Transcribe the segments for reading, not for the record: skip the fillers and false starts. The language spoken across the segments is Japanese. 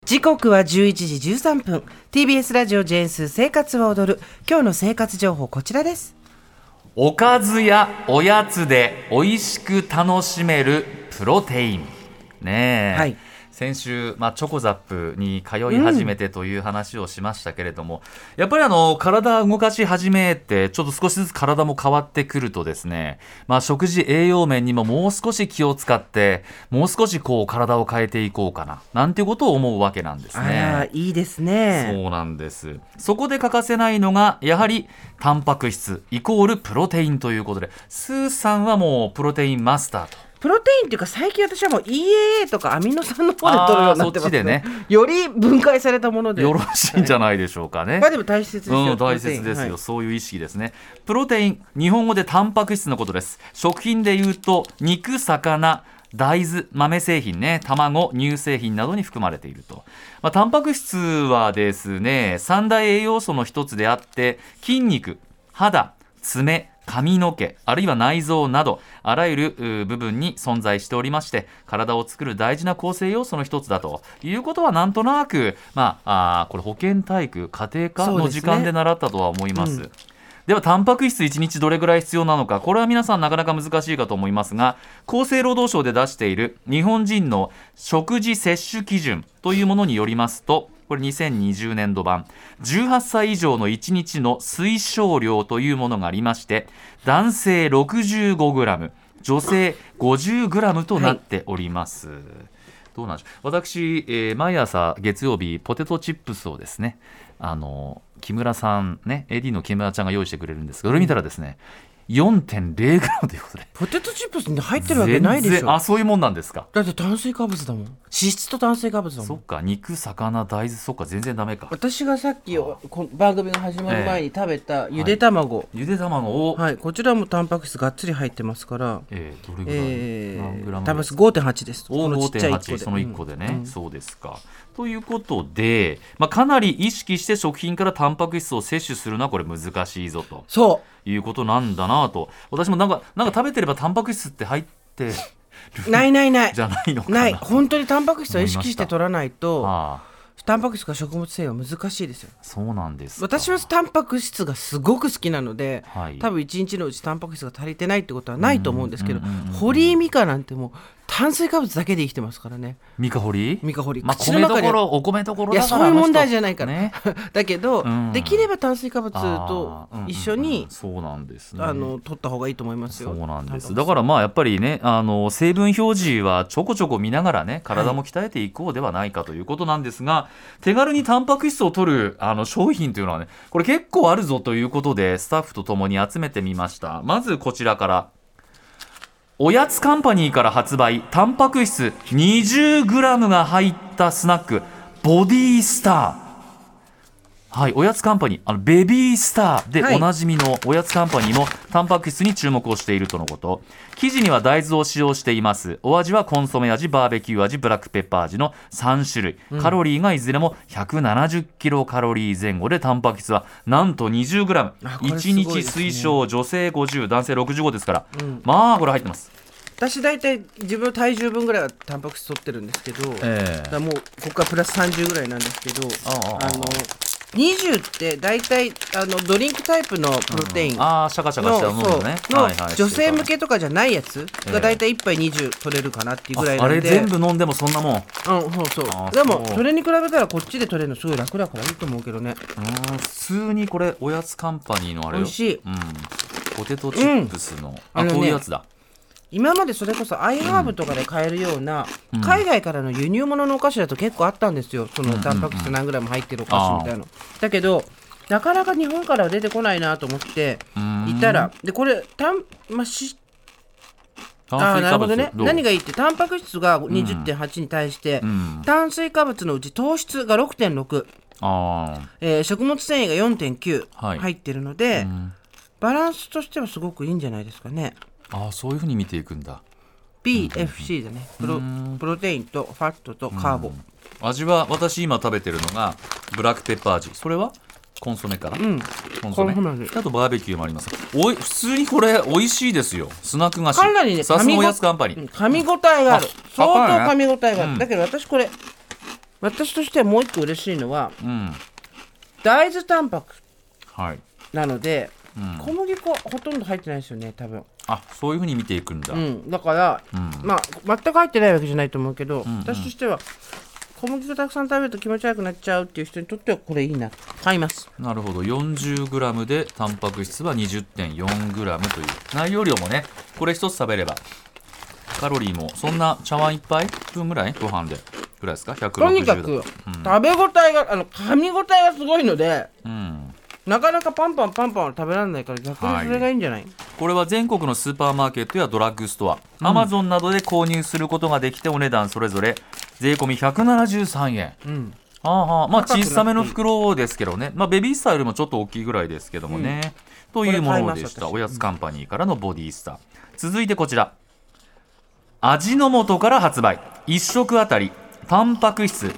時刻は11時13分 TBS ラジオジェーンス生活は踊る。今日の生活情報こちらです。 おかずやおやつで美味しく楽しめるプロテインねえ、はい、先週、チョコザップに通い始めてという話をしましたけれども、やっぱり体を動かし始めてちょっと少しずつ体も変わってくるとですね、食事栄養面にももう少し気を使ってもう少し体を変えていこうかななんていうことを思うわけなんですね。 いいですね。 そうなんです。そこで欠かせないのがやはりタンパク質イコールプロテインということで、スーさんはもうプロテインマスターと。 プロテインっていうか最近私はもう EAA とかアミノ酸の方で取るようになってますね。 そっちでね、 より分解されたものでよろしいんじゃないでしょうかね。 でも大切ですよ、 大切ですよ、そういう意識ですね。プロテイン、日本語でタンパク質のことです。食品でいうと肉、魚、大豆、豆製品ね、卵、乳製品などに含まれていると。タンパク質はですね、三大栄養素の一つであって、筋肉、肌、爪、髪の毛、あるいは内臓などあらゆる部分に存在しておりまして、体を作る大事な構成要素の一つだということはなんとなく、これ保健体育家庭科の時間で習ったとは思います。ではタンパク質1日どれぐらい必要なのか、これは皆さんなかなか難しいかと思いますが、厚生労働省で出している日本人の食事摂取基準というものによりますと、これ2020年度版18歳以上の1日の推奨量というものがありまして、男性 65g 女性 50g となっております、どうなんでしょう。私、毎朝月曜日ポテトチップスをですね、木村さんね、 AD の木村ちゃんが用意してくれるんですが、それ見たらですね、4.0g ということで、 ポテトチップスに入ってるわけないでしょ。 そういうもんなんですか。 だって炭水化物だもん、脂質と炭水化物だもん。 そっか、肉、魚、大豆、そっか、全然ダメか。 私がさっき番組が始まる前に食べたゆで卵、 ゆで卵を、 こちらもタンパク質がっつり入ってますから、 どれぐらい、何グラムタンパク質 5.8 です。 このちっちゃい1個で、その1個でね、そうですか。ということで、かなり意識して食品からタンパク質を摂取するのはこれ難しいぞと、そういうことなんだなと。私もなんか食べてればタンパク質って入ってるないじゃないのかな。 ない、本当にタンパク質を意識して取らないと、タンパク質か食物繊維は難しいですよ。 そうなんですか。 私はタンパク質がすごく好きなので、多分1日のうちタンパク質が足りてないってことはないと思うんですけど、堀井美香なんてもう炭水化物だけで生きてますからね。 ミカホリ、 米どころお米どころだから、 そういう問題じゃないから、 ね、 だけど、できれば炭水化物と一緒に、 そうなんですね、 取った方がいいと思いますよ。 そうなんです。だからやっぱりね、成分表示はちょこちょこ見ながらね、体も鍛えていこうではないかということなんですが、手軽にタンパク質を取る商品というのはね、これ結構あるぞということで、スタッフとともに集めてみました。まずこちらから、おやつカンパニーから発売、タンパク質 20g が入ったスナックボディースター、おやつカンパニー、ベビースターでおなじみのおやつカンパニーもタンパク質に注目をしているとのこと。生地には大豆を使用しています。お味はコンソメ味、バーベキュー味、ブラックペッパー味の3種類、カロリーがいずれも170キロカロリー前後で、タンパク質はなんと 20g、 1日推奨女性50、男性65ですから、これ入ってます。 私大体自分の体重分ぐらいはタンパク質取ってるんですけど、だもうここからプラス30ぐらいなんですけど、20って大体ドリンクタイプのプロテインの、 シャカシャカしたものね、 女性向けとかじゃないやつが大体1杯20取れるかなっていうぐらいなんで、 あれ全部飲んでもそんなもん。 そうでもそれに比べたらこっちで取れるのすごい楽だからいいと思うけどね。 普通にこれおやつカンパニーのあれよ、 美味しい、 ポテトチップスの、こういうやつだ。 今までそれこそアイハーブとかで買えるような、海外からの輸入物のお菓子だと結構あったんですよ、そのタンパク質何グラム入ってるお菓子みたいな、だけどなかなか日本からは出てこないなと思っていたら、でこれなるほどね。何がいいって、タンパク質が 20.8 に対して、炭水化物のうち糖質が 6.6、食物繊維が 4.9 入ってるので、バランスとしてはすごくいいんじゃないですかね。 そういう風に見ていくんだ。 PFC だね、プロテインとファットとカーボ、 味は私今食べてるのがブラックペッパー味、それはコンソメから、コンソメ、あとバーベキューもあります。普通にこれ美味しいですよ、スナック菓子。 かなりね、 さすがおやつカンパニー、 噛み応えがある、相当噛み応えがある、だけど私これ私としてはもう一個嬉しいのは、 うん、 大豆タンパクはい、 なので、 うん、 小麦粉ほとんど入ってないですよね多分。 あ、そういう風に見ていくんだ、 だから、まあ全く入ってないわけじゃないと思うけど、私としては小麦粉たくさん食べると気持ち悪くなっちゃうっていう人にとってはこれいいな、買います。 なるほど。 40g でタンパク質は 20.4g という内容量もね、これ一つ食べればカロリーもそんな茶碗一杯分ぐらい、ご飯でぐらいですか。160 とにかく、食べ応えが噛み応えがすごいので、なかなかパンパンは食べられないから、逆にそれがいいんじゃない、 これは全国のスーパーマーケットやドラッグストア、アマゾンなどで購入することができて、お値段それぞれ税込み173円、まあ小さめの袋ですけどね、まあ、ベビースターよりもちょっと大きいぐらいですけどもね、というものでした。おやつカンパニーからのボディスター。続いてこちら、味の素から発売、1食あたりタンパク質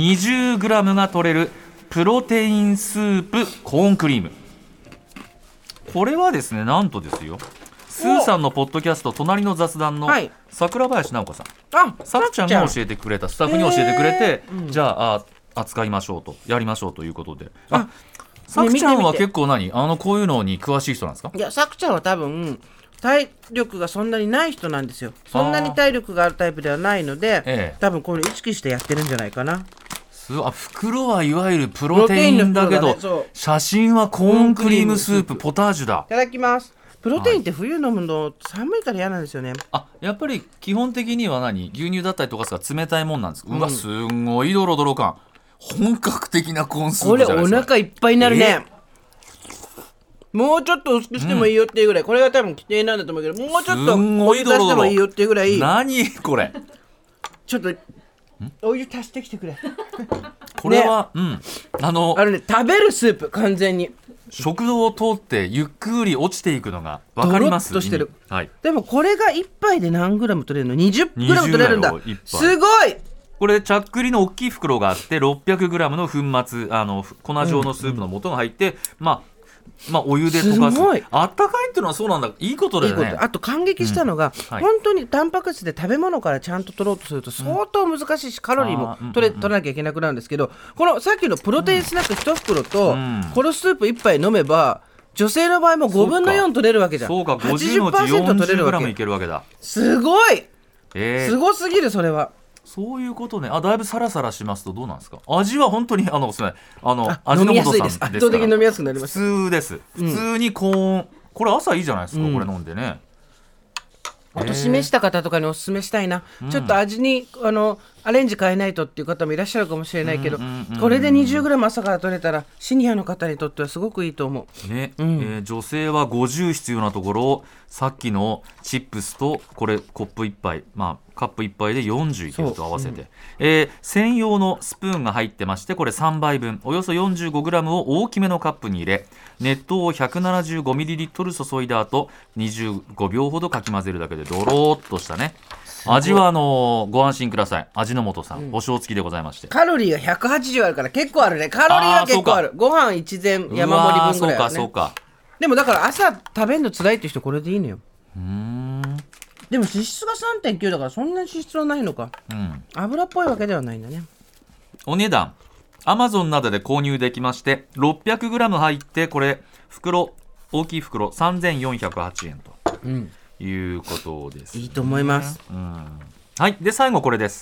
20g が取れるプロテインスープコーンクリーム。これはですね、なんとですよ、スーさんのポッドキャスト隣の雑談の桜林直子さん、さくちゃんが教えてくれた、スタッフに教えてくれて、じゃあ扱いましょうと、やりましょうということで、さくちゃんは結構こういうのに詳しい人なんですか。 いや、さくちゃんは多分体力がそんなにない人なんですよ。そんなに体力があるタイプではないので、多分これ意識してやってるんじゃないかな。 袋はいわゆるプロテインだけど、写真はコーンクリームスープポタージュだ。 いただきます。プロテインって冬飲むの寒いから嫌なんですよね。 やっぱり基本的には牛乳だったりとかす冷たいもんなんですか。うわ、すんごいドロドロ感、本格的なコーンスープじゃないですか。 これお腹いっぱいになるね。もうちょっと薄くしてもいいよっていうぐらい、これが多分規定なんだと思うけど、もうちょっとお湯足してもいいよっていうぐらい。 何これ、 ちょっとお湯足してきてくれこれは、 食べるスープ、完全に食道を通ってゆっくり落ちていくのが分かります。 ドロッとしてる、でもこれが1杯で何グラム取れるの。20グラム取れるんだ。すごい。 これちゃっくりの大きい袋があって 600g の粉末、粉状のスープの素が入って、お湯で溶かす。あったかいっていうのはそうなんだ、いいことだよね。 あと感激したのが、本当にタンパク質で食べ物からちゃんと取ろうとすると相当難しいし、カロリーも取らなきゃいけなくなるんですけど、このさっきのプロテインスナック1袋とこのスープ1杯飲めば、女性の場合も5分の4取れるわけじゃん。 そうか、50のうち 40g いけるわけだ。 すごい、すごすぎる。それはそういうことね。だいぶサラサラしますとどうなんですか。味は本当に味の素さんですから、 圧倒的に飲みやすくなります。 普通です。普通にコーン、これ朝いいじゃないですか、これ飲んでね。 あと示した方とかにおすすめしたいな、ちょっと味にアレンジ変えないとっていう方もいらっしゃるかもしれないけど、これで 20g 朝から取れたらシニアの方にとってはすごくいいと思う、ね。 女性は50必要なところ、さっきのチップスとこれコップ1杯、カップ1杯で40いけると合わせて、専用のスプーンが入ってまして、これ3杯分およそ 45g を大きめのカップに入れ、熱湯を 175ml 注いだ後25秒ほどかき混ぜるだけでドローっとしたね味は。ご安心ください、味の素さん、保証付きでございまして、 カロリーが180あるから結構あるね。カロリーは結構ある。ご飯一膳山盛り分ぐらいあるね。 そうか。 でもだから朝食べるのつらいって人これでいいのよ。でも脂質が 3.9 だからそんなに脂質はないのか、油っぽいわけではないんだね。 お値段アマゾンなどで購入できまして 600g 入って、これ大きい袋3408円ということです、 いいと思います。 はい。で最後これです。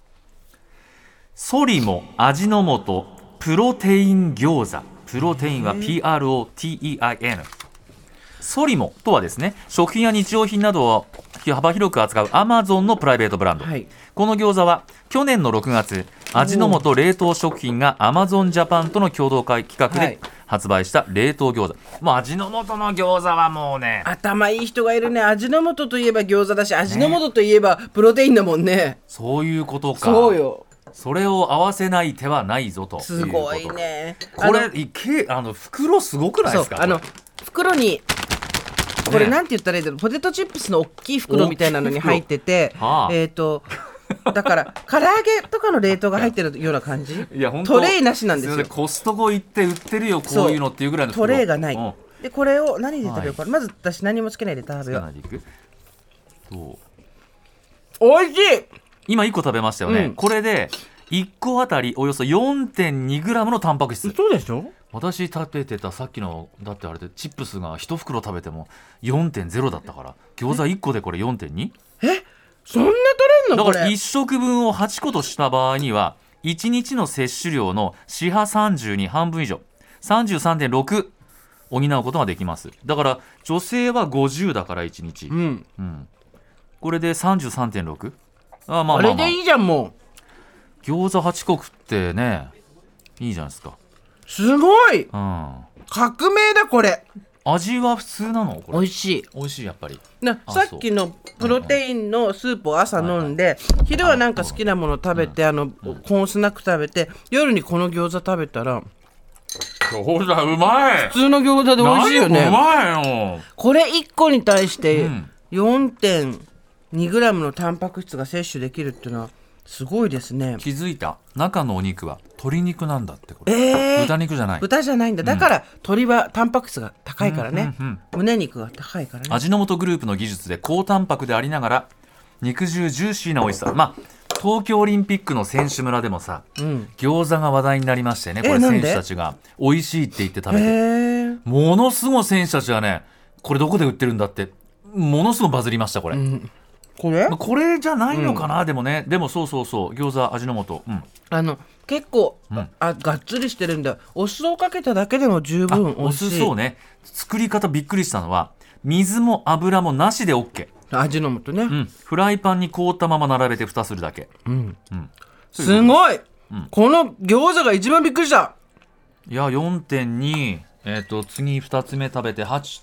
ソリモ味の素プロテイン餃子。プロテインは PROTEIN。ソリモとはですね、食品や日用品などを幅広く扱うアマゾンのプライベートブランド、この餃子は去年の6月味の素冷凍食品がアマゾンジャパンとの共同企画で発売した冷凍餃子、味の素の餃子はもうね、 頭いい人がいるね。味の素といえば餃子だし、味の素といえばプロテインだもんね。 そういうことか。 そうよ。 それを合わせない手はないぞということ。 すごいね。 これ袋すごくないですか。 袋にこれなんて言ったらいいんだろう、ポテトチップスの大きい袋みたいなのに入ってて、だから唐揚げとかの冷凍が入ってるような感じ。いやトレイなしなんですよ。 コストコ行って売ってるよ、こういうのっていうぐらいのトレイがない。でこれを何で食べようか、まず私何もつけないで食べよう。おいしい。 今1個食べましたよね、これで 1個あたりおよそ 4.2 グラムのタンパク質。 そうでしょ。 私食べてたさっきのだってあれでチップスが1袋食べても 4.0 だったから、餃子1個でこれ 4.2？ そんな取れんのこれ。 だから1食分を8個とした場合には1日の摂取量の4波32半分以上 33.6 補うことができます。だから女性は50だから1日、これで 33.6。 あれでいいじゃん。もう餃子8個食ってね、いいじゃないですか。 すごい、革命だこれ。 味は普通なのこれ。 美味しい。 美味しいやっぱり。 さっきのプロテインのスープを朝飲んで、昼はなんか好きなもの食べて、コーンスナック食べて、夜にこの餃子食べたら餃子うまい。 普通の餃子で美味しいよね。 うまいよ。 これ1個に対して 4.2 グラムのタンパク質が摂取できるっていうのはすごいですね。 気づいた。中のお肉は鶏肉なんだってこれ、豚肉じゃない。 豚じゃないんだ。だから鶏はタンパク質が高いからね、胸肉が高いからね。 味の素グループの技術で高タンパクでありながら肉汁ジューシーな美味しさ。東京オリンピックの選手村でもさ、餃子が話題になりましてね。これ選手たちが美味しいって言って食べて、ものすごい選手たちがね、これどこで売ってるんだってものすごいバズりましたこれ、これじゃないのかな、でもね。でもそう餃子味の素、 結構、がっつりしてるんだ。お酢をかけただけでも十分美味しい。 お酢そうね。作り方びっくりしたのは水も油もなしで OK。 味の素ね、 フライパンに凍ったまま並べて蓋するだけ、 すごい、この餃子が一番びっくりした。 いや 4.2、次2つ目食べて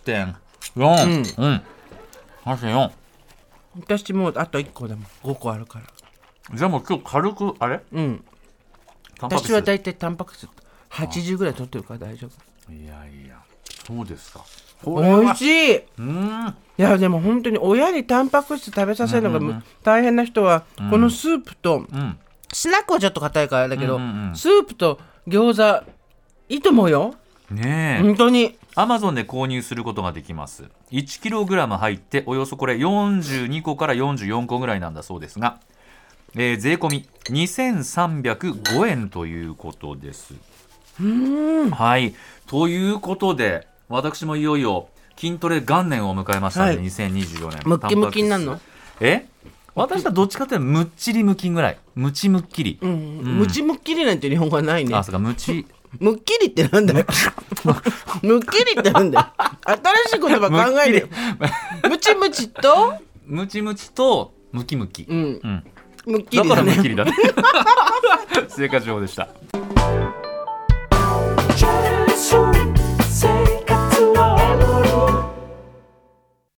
8.4、8.4。 私もうあと1個でも5個あるから。 じゃあもう今日軽くあれ、 私はだいたいタンパク質80ぐらい取ってるから大丈夫。 いやそうですか。 美味しい。いやでも本当に親にタンパク質食べさせるのが大変な人は、このスープと、スナックはちょっと硬いからだけど、スープと餃子いいと思うよね。本当にアマゾンで購入することができます。 1kg 入っておよそこれ42個から44個ぐらいなんだそうですが、税込み2305円ということです。はい、ということで私もいよいよ筋トレ元年を迎えましたね、2024年。 ムッキムキになるの？ 私はどっちかというとむっちりむきぐらい。ムチムッキリ、 ムチムッキリなんて日本語はないね。 そうか、ムチムッキリってなんだよムッキリってなんだよ。新しい言葉考える。ムチムチとムチムチとムキムキ、 ムッキリだね。 だからムッキリだね生活情報でした。